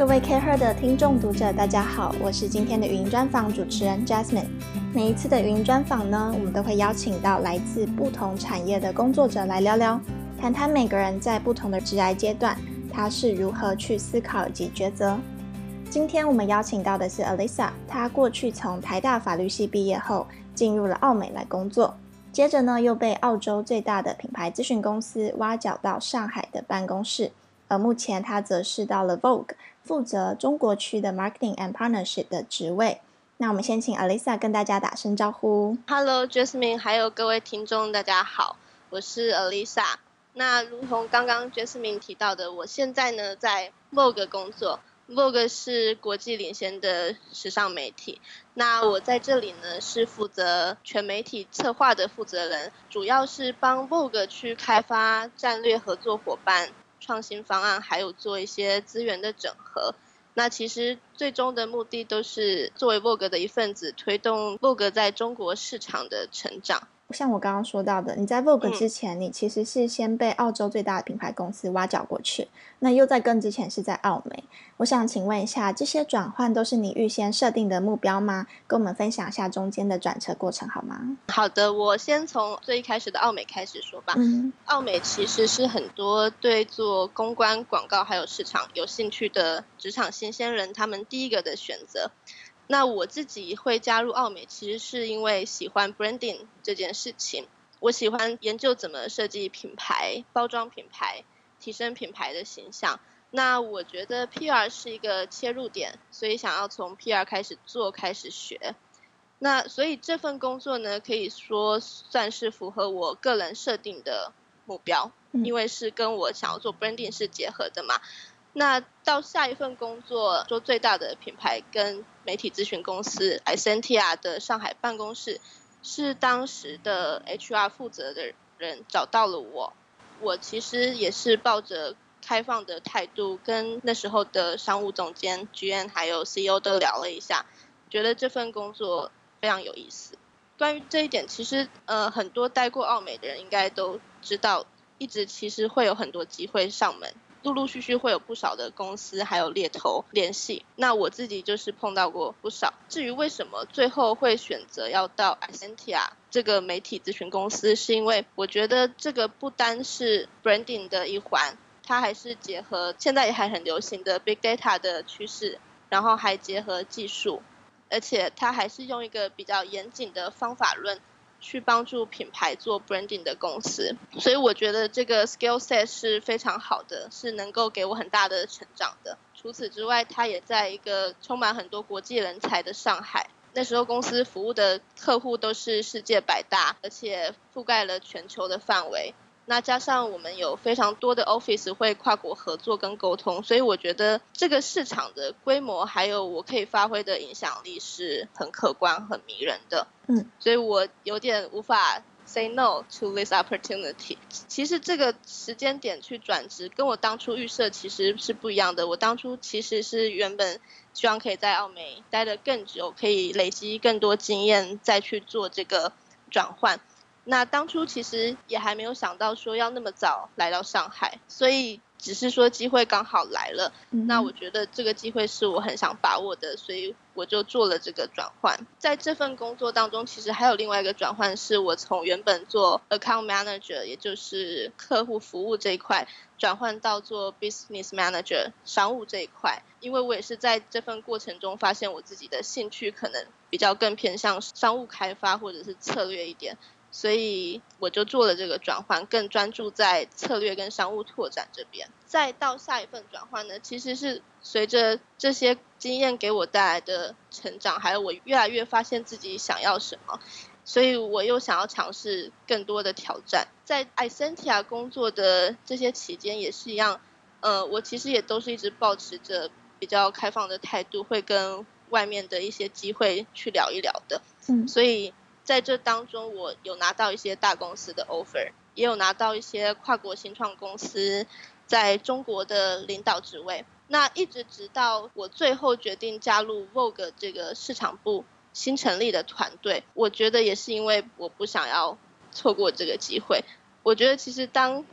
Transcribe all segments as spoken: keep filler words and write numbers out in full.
各位 CareHer 的听众读者大家好，我是今天的语音专访主持人 Jasmine。 每一次的语音专访呢，我们都会邀请到来自不同产业的工作者来聊聊，谈谈每个人在不同的职涯阶段他是如何去思考以及抉择。今天我们邀请到的是 Alyssa， 她过去从台大法律系毕业后进入了奥美来工作，接着呢又被澳洲最大的品牌咨询公司挖角到上海的办公室，而目前她则是到了 Vogue 负责中国区的 Marketing and Partnership 的职位。那我们先请 Alyssa 跟大家打声招呼。 Hello Jasmine， 还有各位听众大家好，我是 Alyssa。 那如同刚刚 Jasmine 提到的，我现在呢在 Vogue 工作， Vogue 是国际领先的时尚媒体。那我在这里呢是负责全媒体策划的负责人，主要是帮 Vogue 去开发战略合作伙伴、创新方案，还有做一些资源的整合。那其实最终的目的都是作为 Vogue 的一份子，推动 Vogue 在中国市场的成长。 像我刚刚说到的，你在 Vogue 之前、嗯、你其实是先被澳洲最大的品牌公司挖角过去，那又在更之前是在澳美。我想请问一下，这些转换都是你预先设定的目标吗？跟我们分享一下中间的转折过程好吗？ 好的，我先从最一开始的澳美开始说吧。 嗯， 澳美其实是很多对做公关、广告还有市场有兴趣的职场新鲜人他们第一个的选择。那我自己会加入奥美，其实是因为喜欢 branding 这件事情。我喜欢研究怎么设计品牌、包装品牌、提升品牌的形象。那我觉得 P R 是一个切入点，所以想要从 P R 开始做、开始学。那所以这份工作呢，可以说算是符合我个人设定的目标，因为是跟我想要做 branding 是结合的嘛。那到下一份工作，做最大的品牌跟媒体咨询公司 Isentia 的上海办公室，是当时的 H R 负责的人找到了我。我其实也是抱着开放的态度，跟那时候的商务总监 G M 还有 C E O 都聊了一下，觉得这份工作非常有意思。关于这一点，其实呃很多待过奥美的人应该都知道，一直其实会有很多机会上门，陆陆续续会有不少的公司还有猎头联系，那我自己就是碰到过不少。至于为什么最后会选择要到 Isentia 这个媒体咨询公司，是因为我觉得这个不单是 branding 的一环，它还是结合现在也还很流行的 big data 的趋势，然后还结合技术，而且它还是用一个比较严谨的方法论去帮助品牌做 branding 的公司。所以我觉得这个 skill set 是非常好的，是能够给我很大的成长的。除此之外，它也在一个充满很多国际人才的上海，那时候公司服务的客户都是世界百大，而且覆盖了全球的范围。那加上我们有非常多的 office 会跨国合作跟沟通，所以我觉得这个市场的规模还有我可以发挥的影响力是很可观很迷人的。 嗯， 所以我有点无法 say no to this opportunity。 其实这个时间点去转职跟我当初预设其实是不一样的。我当初其实是原本希望可以在奥美待得更久，可以累积更多经验再去做这个转换。那当初其实也还没有想到说要那么早来到上海，所以只是说机会刚好来了、嗯、那我觉得这个机会是我很想把握的，所以我就做了这个转换。在这份工作当中，其实还有另外一个转换，是我从原本做 account manager 也就是客户服务这一块，转换到做 business manager 商务这一块。因为我也是在这份过程中发现我自己的兴趣可能比较更偏向商务开发或者是策略一点，所以我就做了这个转换，更专注在策略跟商务拓展这边。再到下一份转换呢，其实是随着这些经验给我带来的成长，还有我越来越发现自己想要什么，所以我又想要尝试更多的挑战。在 Isentia 工作的这些期间也是一样，呃，我其实也都是一直保持着比较开放的态度，会跟外面的一些机会去聊一聊的。嗯，所以在这当中我有拿到一些大公司的 offer， 也有拿到一些跨国新创公司在中国的领导职位。那一直直到我最后决定加入 Vogue 这个市场部新成立的团队，我觉得也是因为我不想要错过这个机会。我觉得其实当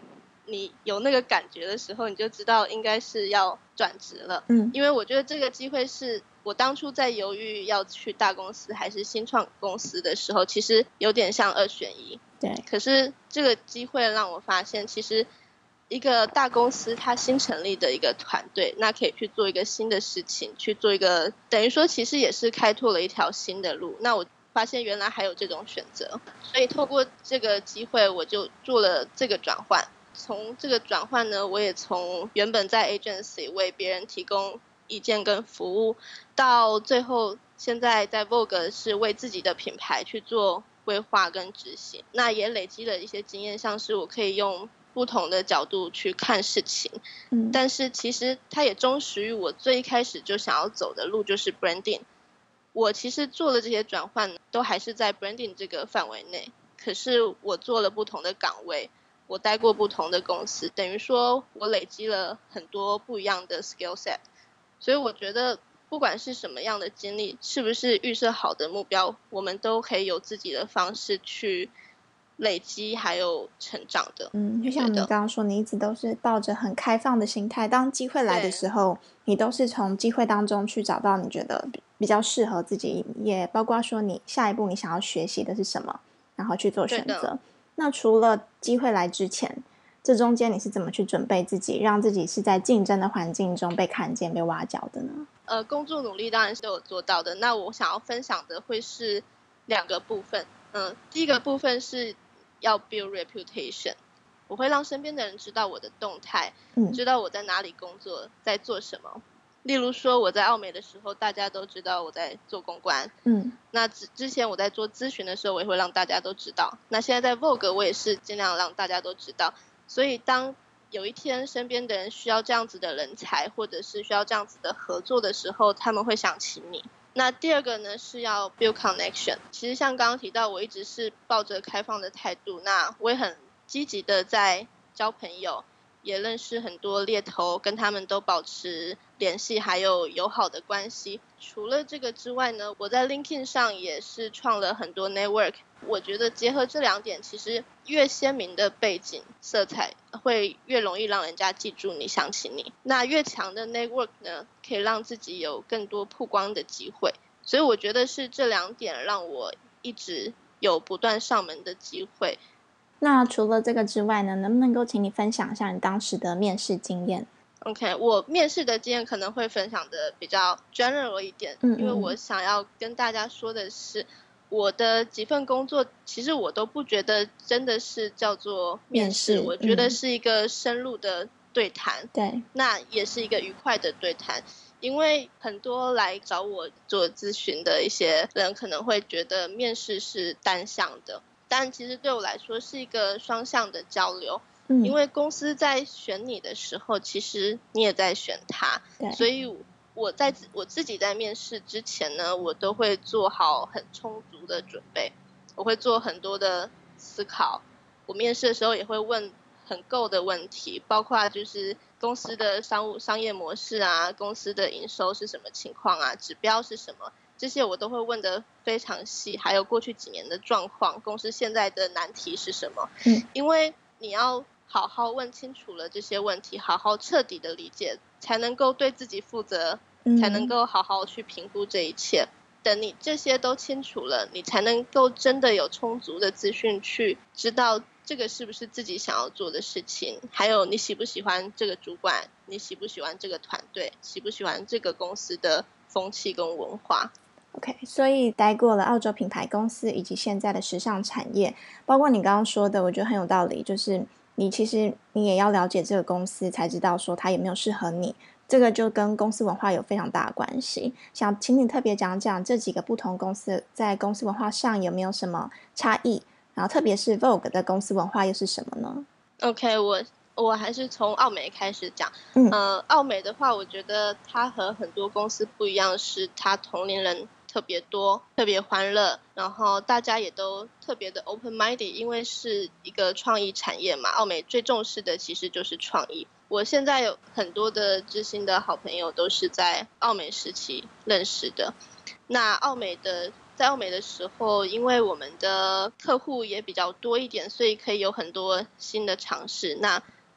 你有那个感觉的时候，你就知道应该是要转职了。 嗯， 因为我觉得这个机会是我当初在犹豫要去大公司还是新创公司的时候，其实有点像二选一。 对。 可是这个机会让我发现，其实一个大公司它新成立的一个团队，那可以去做一个新的事情，去做一个等于说其实也是开拓了一条新的路。那我发现原来还有这种选择，所以透过这个机会我就做了这个转换。从这个转换呢，我也从原本在 agency 为别人提供意见跟服务，到最后现在在 Vogue 是为自己的品牌去做规划跟执行。那也累积了一些经验，像是我可以用不同的角度去看事情。 嗯， 但是其实它也忠实于我最一开始就想要走的路，就是 branding。我其实做了这些转换都还是在 branding 这个范围内，可是我做了不同的岗位，我待过不同的公司，等于说我累积了很多不一样的 skill set。 所以我觉得不管是什么样的经历，是不是预设好的目标，我们都可以有自己的方式去累积还有成长的。 嗯，就像你刚刚说，你一直都是抱着很开放的心态，当机会来的时候，你都是从机会当中去找到你觉得比较适合自己，也包括说你下一步你想要学习的是什么，然后去做选择。那除了机会来之前，这中间你是怎么去准备自己，让自己是在竞争的环境中被看见、被挖角的呢？ 呃，工作努力当然是有做到的。那我想要分享的会是两个部分。嗯、呃，第一个部分是要 build reputation， 我会让身边的人知道我的动态， 嗯， 知道我在哪里工作，在做什么。例如说我在奥美的时候，大家都知道我在做公关。 嗯， 那之之前我在做咨询的时候，我也会让大家都知道。那现在在 Vogue 我也是尽量让大家都知道。所以当有一天身边的人需要这样子的人才，或者是需要这样子的合作的时候，他们会想起你。那第二个呢是要 build connection。 其实像刚刚提到，我一直是抱着开放的态度，那我也很积极的在交朋友，也认识很多猎头，跟他们都保持联系还有友好的关系。除了这个之外呢，我在 LinkedIn 上也是创了很多 network。 我觉得结合这两点，其实越鲜明的背景色彩会越容易让人家记住你，想起你。那越强的 network 呢，可以让自己有更多曝光的机会。所以我觉得是这两点让我一直有不断上门的机会。 那除了这个之外呢，能不能够请你分享一下你当时的面试经验？ OK， 我面试的经验可能会分享的比较 general 一点。 嗯嗯， 因为我想要跟大家说的是，我的几份工作其实我都不觉得真的是叫做面试， 面试我觉得是一个深入的对谈。 对， 那也是一个愉快的对谈。因为很多来找我做咨询的一些人可能会觉得面试是单向的，但其实对我来说是一个双向的交流。 嗯， 因为公司在选你的时候，其实你也在选他。所以我在我自己在面试之前呢，我都会做好很充足的准备，我会做很多的思考。我面试的时候也会问很够的问题，包括就是公司的商务商业模式啊，公司的营收是什么情况啊，指标是什么，这些我都会问得非常细。还有过去几年的状况，公司现在的难题是什么。 嗯， 因为你要好好问清楚了这些问题，好好彻底的理解，才能够对自己负责，才能够好好去评估这一切。等你这些都清楚了，你才能够真的有充足的资讯去知道这个是不是自己想要做的事情，还有你喜不喜欢这个主管，你喜不喜欢这个团队，喜不喜欢这个公司的风气跟文化。 OK， 所以待过了澳洲品牌公司以及现在的时尚产业，包括你刚刚说的，我觉得很有道理，就是你其实你也要了解这个公司，才知道说它有没有适合你，这个就跟公司文化有非常大的关系。想请你特别讲讲这几个不同公司在公司文化上有没有什么差异，然后特别是 Vogue 的公司文化又是什么呢？ OK， 我我还是从奥美开始讲。 嗯， 呃，奥美的话，我觉得它和很多公司不一样，是它同龄人特别多，特别欢乐，然后大家也都特别的 open minded， 因为是一个创意产业嘛，奥美最重视的其实就是创意。我现在有很多的知心的好朋友都是在奥美时期认识的。那奥美的在奥美的时候，因为我们的客户也比较多一点，所以可以有很多新的尝试。那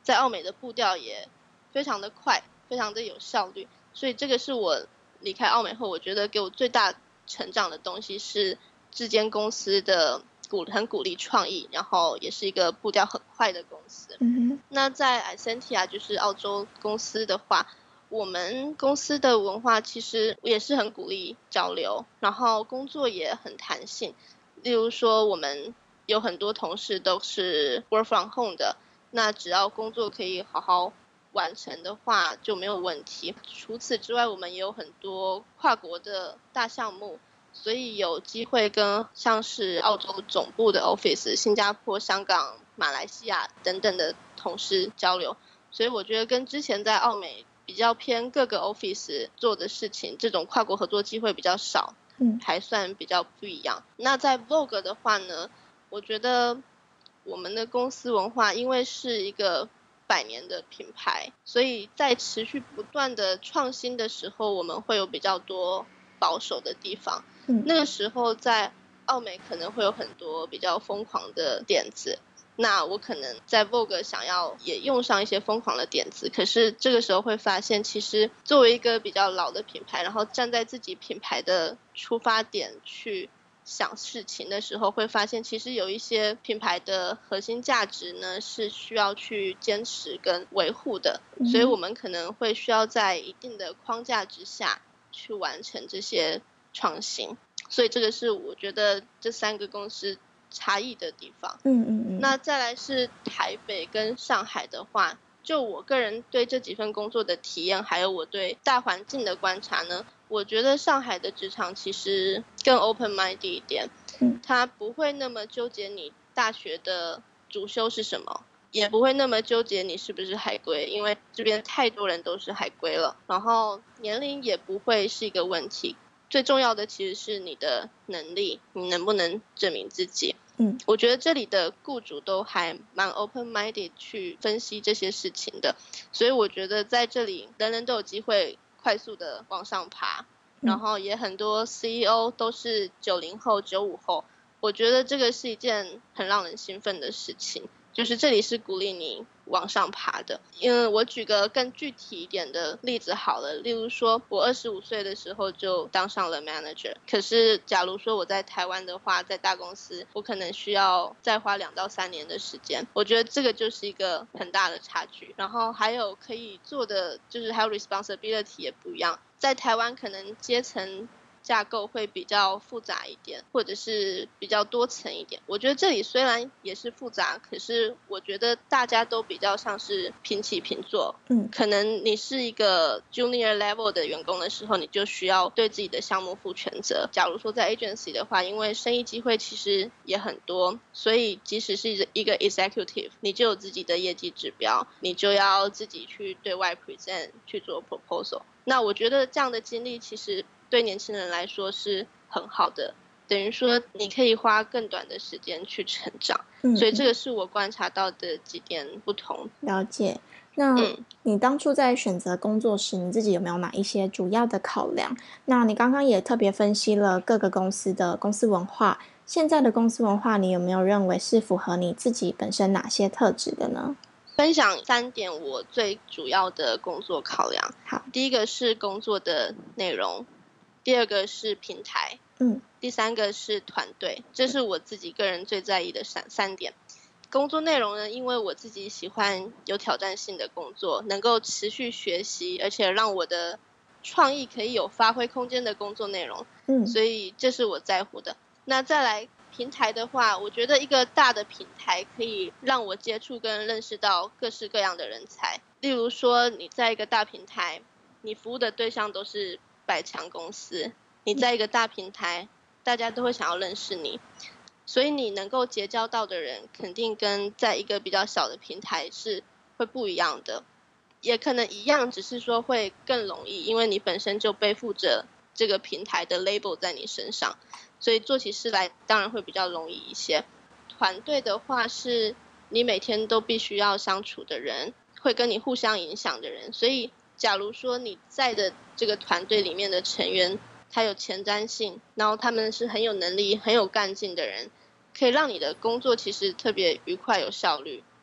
在奥美的步调也非常的快，非常的有效率，所以这个是我离开奥美后我觉得给我最大成长的东西，是这间公司的鼓很鼓励创意，然后也是一个步调很快的公司。 嗯、 那在 Isentia 就是澳洲公司的话，我们公司的文化其实也是很鼓励交流，然后工作也很弹性。例如说我们有很多同事都是 work from home 的，那只要工作可以好好完成的话就没有问题。除此之外，我们也有很多跨国的大项目，所以有机会跟像是澳洲总部的 office、新加坡、香港、马来西亚等等的同事交流，所以我觉得跟之前在澳美比较偏各个 office 做的事情，这种跨国合作机会比较少， 嗯， 还算比较不一样。那在 Vogue 的话呢，我觉得我们的公司文化因为是一个百年的品牌，所以在持续不断的创新的时候，我们会有比较多保守的地方。 嗯， 那个时候在奥美可能会有很多比较疯狂的点子，那我可能在 Vogue 想要也用上一些疯狂的点子，可是这个时候会发现，其实作为一个比较老的品牌，然后站在自己品牌的出发点去想事情的时候，会发现其实有一些品牌的核心价值呢是需要去坚持跟维护的， 嗯、 所以我们可能会需要在一定的框架之下去完成这些创新，所以这个是我觉得这三个公司差异的地方。 嗯嗯嗯。 那再来是台北跟上海的话，就我个人对这几份工作的体验，还有我对大环境的观察呢，我觉得上海的职场其实更 open minded 一点， 嗯， 他不会那么纠结你大学的主修是什么，也不会那么纠结你是不是海归，因为这边太多人都是海归了，然后年龄也不会是一个问题，最重要的其实是你的能力，你能不能证明自己。 嗯， 我觉得这里的雇主都还蛮 open minded 去分析这些事情的，所以我觉得在这里人人都有机会快速的往上爬，然后也很多 C E O 都是九零后九五后，我觉得这个是一件很让人兴奋的事情，就是这里是鼓励你往上爬的。因为我举个更具体一点的例子好了，例如说我二十五岁的时候就当上了 manager， 可是假如说我在台湾的话，在大公司我可能需要再花两到三年的时间，我觉得这个就是一个很大的差距。然后还有可以做的就是还有 responsibility 也不一样，在台湾可能阶层架构会比较复杂一点，或者是比较多层一点。我觉得这里虽然也是复杂，可是我觉得大家都比较像是平起平坐。 嗯， 可能你是一个 junior level 的员工的时候，你就需要对自己的项目负全责。假如说在 agency 的话，因为生意机会其实也很多，所以即使是一个 executive， 你就有自己的业绩指标，你就要自己去对外 present 去做 proposal。那我觉得这样的经历其实对年轻人来说是很好的，等于说你可以花更短的时间去成长。嗯，所以这个是我观察到的几点不同。 了解。那你当初在选择工作时，你自己有没有哪一些主要的考量？那你刚刚也特别分析了各个公司的公司文化，现在的公司文化你有没有认为是符合你自己本身哪些特质的呢？ 分享三点我最主要的工作考量。 好， 第一个是工作的内容，第二个是平台， 嗯， 第三个是团队，这是我自己个人最在意的三三点。工作内容呢，因为我自己喜欢有挑战性的工作，能够持续学习，而且让我的创意可以有发挥空间的工作内容， 嗯， 所以这是我在乎的。那再来平台的话，我觉得一个大的平台可以让我接触跟认识到各式各样的人才。例如说你在一个大平台，你服务的对象都是百强公司，你在一个大平台，大家都会想要认识你，所以你能够结交到的人肯定跟在一个比较小的平台是会不一样的，也可能一样，只是说会更容易，因为你本身就背负着这个平台的 label 在你身上，所以做起事来当然会比较容易一些。团队的话是你每天都必须要相处的人，会跟你互相影响的人，所以假如说你在的这个团队里面的成员他有前瞻性，然后他们是很有能力很有干劲的人，可以让你的工作其实特别愉快有效率。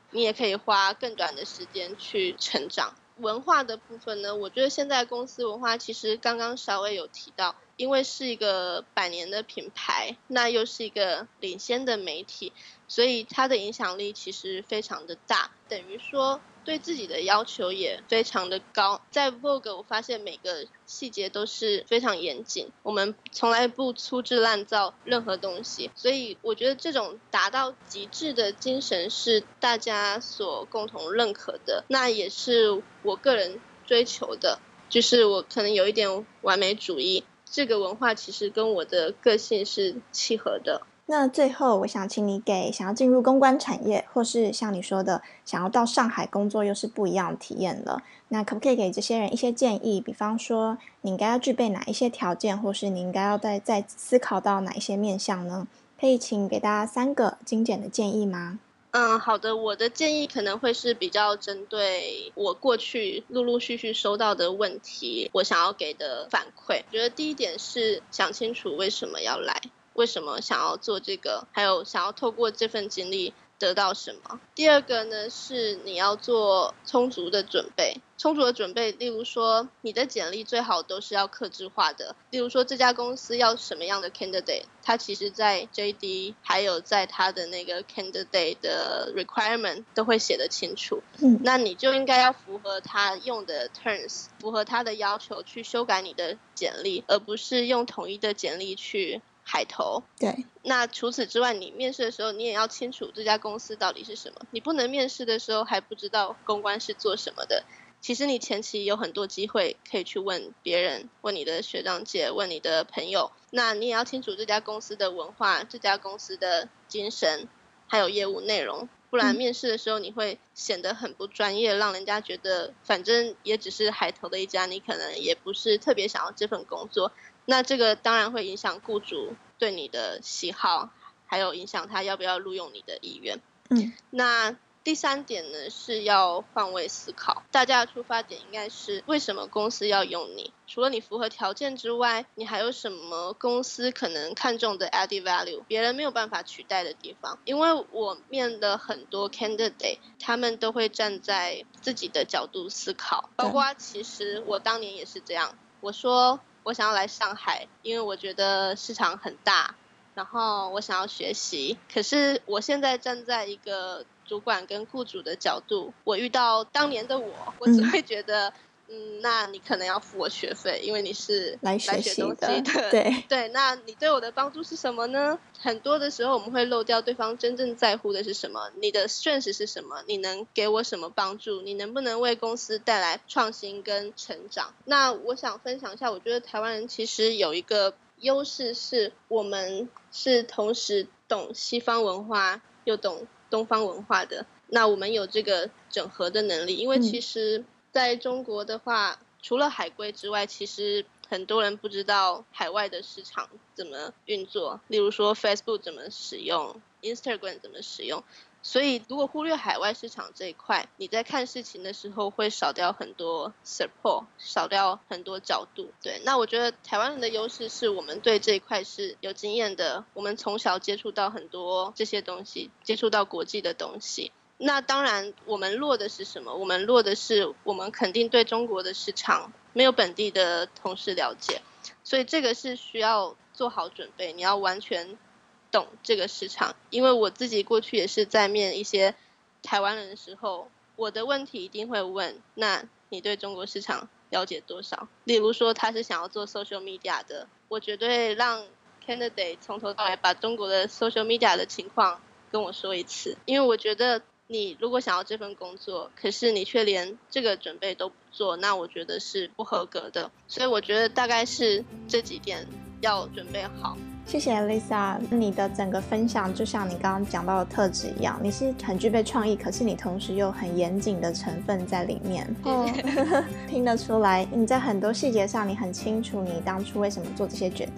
你也可以花更短的时间去成长。文化的部分呢，我觉得现在公司文化其实刚刚稍微有提到，因为是一个百年的品牌，那又是一个领先的媒体，所以它的影响力其实非常的大，等于说对自己的要求也非常的高。在 Vogue 我发现每个细节都是非常严谨，我们从来不粗制滥造任何东西，所以我觉得这种达到极致的精神是大家所共同认可的，那也是我个人追求的，就是我可能有一点完美主义，这个文化其实跟我的个性是契合的。 那最后我想请你给想要进入公关产业，或是像你说的想要到上海工作又是不一样的体验了，那可不可以给这些人一些建议，比方说你应该要具备哪一些条件，或是你应该要再再思考到哪一些面向呢？可以请给大家三个精简的建议吗？ 嗯，好的，我的建议可能会是比较针对我过去陆陆续续收到的问题，我想要给的反馈。我觉得第一点是想清楚为什么要来，为什么想要做这个，还有想要透过这份经历得到什么。第二个呢，是你要做充足的准备。充足的准备，例如说你的简历最好都是要客制化的，例如说这家公司要什么样的 candidate， 它其实在 J D 还有在它的那个 candidate 的 requirement 都会写得清楚，嗯，那你就应该要符合它用的 terms， 符合它的要求去修改你的简历，而不是用统一的简历去海投。 对， 那除此之外，你面试的时候你也要清楚这家公司到底是什么，你不能面试的时候还不知道公关是做什么的。其实你前期有很多机会可以去问别人，问你的学长姐，问你的朋友，那你也要清楚这家公司的文化，这家公司的精神，还有业务内容，不然面试的时候你会显得很不专业，让人家觉得反正也只是海投的一家，你可能也不是特别想要这份工作，那这个当然会影响雇主对你的喜好，还有影响他要不要录用你的意愿。嗯，那第三点呢，是要换位思考。大家的出发点应该是为什么公司要用你，除了你符合条件之外，你还有什么公司可能看重的 added value， 别人没有办法取代的地方。因为我面的很多 candidate， 他们都会站在自己的角度思考，包括其实我当年也是这样，我说我想要来上海，因为我觉得市场很大，然后我想要学习，可是我现在站在一个主管跟雇主的角度，我遇到当年的我，我只会觉得 嗯, 嗯，那你可能要付我学费，因为你是来学习 的, 来学东西的，对对，那你对我的帮助是什么呢？很多的时候我们会漏掉对方真正在乎的是什么，你的 strength 是什么，你能给我什么帮助，你能不能为公司带来创新跟成长。那我想分享一下，我觉得台湾人其实有一个优势，是我们是同时懂西方文化又懂东方文化的，那我们有这个整合的能力。因为其实在中国的话，除了海归之外，其实很多人不知道海外的市场怎么运作，例如说 Facebook 怎么使用， Instagram 怎么使用，所以如果忽略海外市场这一块，你在看事情的时候会少掉很多 support， 少掉很多角度。对，那我觉得台湾人的优势是我们对这一块是有经验的，我们从小接触到很多这些东西，接触到国际的东西。那当然我们弱的是什么？我们弱的是我们肯定对中国的市场没有本地的同事了解，所以这个是需要做好准备，你要完全懂这个市场。因为我自己过去也是在面一些台湾人的时候，我的问题一定会问，那你对中国市场了解多少？例如说他是想要做 social media 的，我绝对让 candidate 从头到尾把中国的 social media 的情况跟我说一次，因为我觉得你如果想要这份工作，可是你却连这个准备都不做，那我觉得是不合格的。所以我觉得大概是这几点要准备好。 谢谢 Lisa， 你的整个分享就像你刚刚讲到的特质一样，你是很具备创意，可是你同时又很严谨的成分在里面。哦，听得出来你在很多细节上你很清楚你当初为什么做这些决定，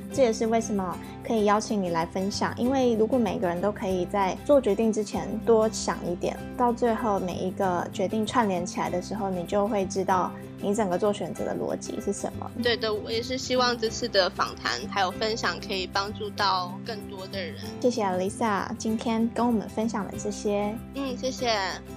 这也是为什么可以邀请你来分享，因为如果每个人都可以在做决定之前多想一点，到最后每一个决定串联起来的时候，你就会知道你整个做选择的逻辑是什么。 对的，我也是希望这次的访谈还有分享可以帮助到更多的人。 谢谢 Alyssa 今天跟我们分享的这些。 嗯，谢谢。